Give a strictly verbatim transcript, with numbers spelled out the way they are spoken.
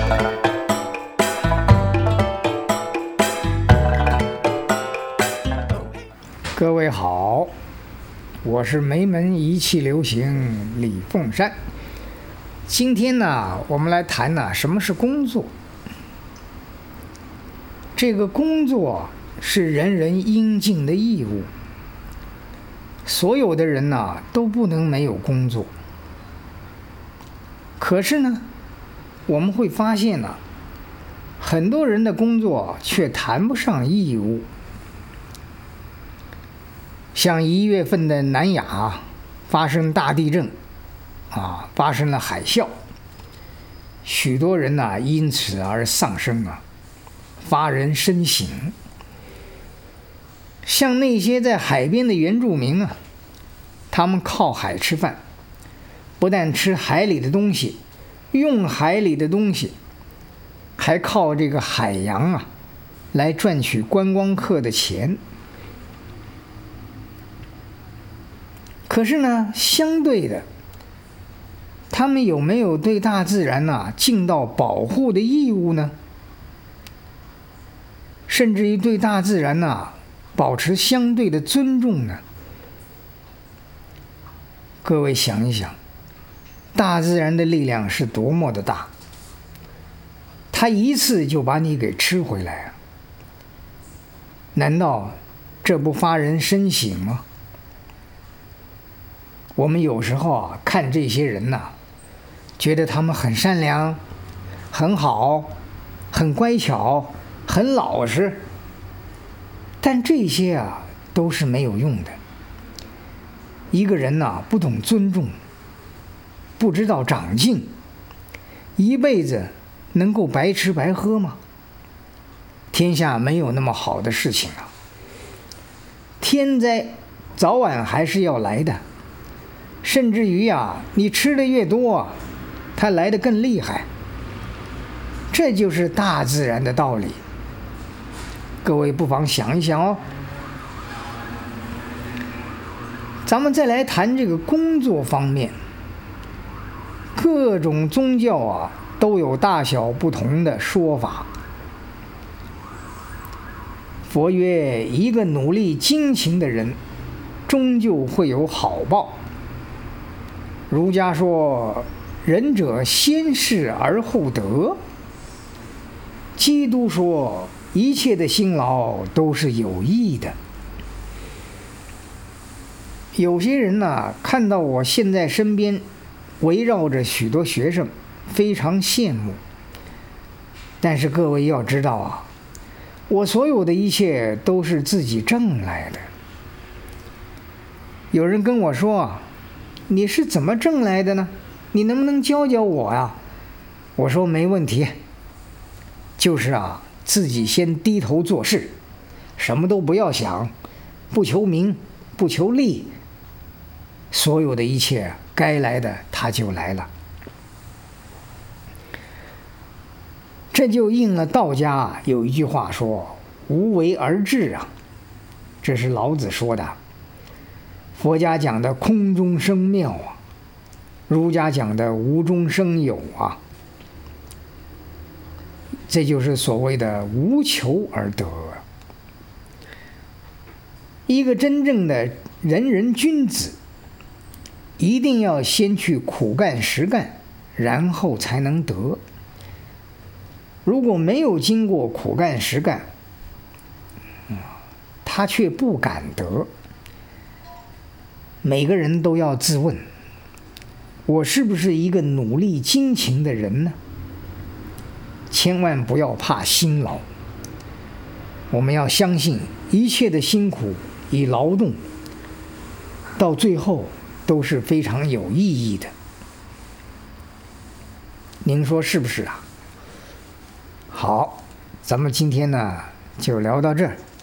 各位好，我是梅门一气流行李凤山。今天呢，我们来谈呢，什么是工作。这个工作是人人应尽的义务，所有的人呢都不能没有工作。可是呢，我们会发现呢，很多人的工作却谈不上义务。像一月份的南亚发生大地震，啊，发生了海啸，许多人呢因此而丧生啊，发人深省。像那些在海边的原住民啊，他们靠海吃饭，不但吃海里的东西，用海里的东西，还靠这个海洋啊来赚取观光客的钱。可是呢，相对的，他们有没有对大自然呢尽到保护的义务呢？甚至于对大自然呢保持相对的尊重呢？各位想一想，大自然的力量是多么的大，它一次就把你给吃回来啊！难道这不发人深省吗？我们有时候啊看这些人呐、啊，觉得他们很善良、很好、很乖巧、很老实，但这些啊都是没有用的。一个人呐、啊、不懂尊重，不知道长进，一辈子能够白吃白喝吗？天下没有那么好的事情啊，天灾早晚还是要来的。甚至于啊，你吃的越多，它来得更厉害。这就是大自然的道理。各位不妨想一想哦。咱们再来谈这个工作方面，各种宗教啊都有大小不同的说法。佛曰：一个努力精勤的人，终究会有好报。儒家说仁者先事而后德，基督说一切的辛劳都是有益的。有些人呢、啊、看到我现在身边围绕着许多学生，非常羡慕。但是各位要知道啊，我所有的一切都是自己挣来的。有人跟我说啊，你是怎么挣来的呢？你能不能教教我啊？我说没问题，就是啊，自己先低头做事，什么都不要想，不求名，不求利，所有的一切该来的它就来了。这就应了道家有一句话说：无为而治啊，这是老子说的。佛家讲的空中生妙啊，儒家讲的无中生有啊，这就是所谓的无求而得。一个真正的仁人君子，一定要先去苦干实干，然后才能得。如果没有经过苦干实干，他却不敢得。每个人都要自问，我是不是一个努力精勤的人呢？千万不要怕辛劳，我们要相信一切的辛苦与劳动，到最后都是非常有意义的。您说是不是啊？好，咱们今天呢就聊到这儿。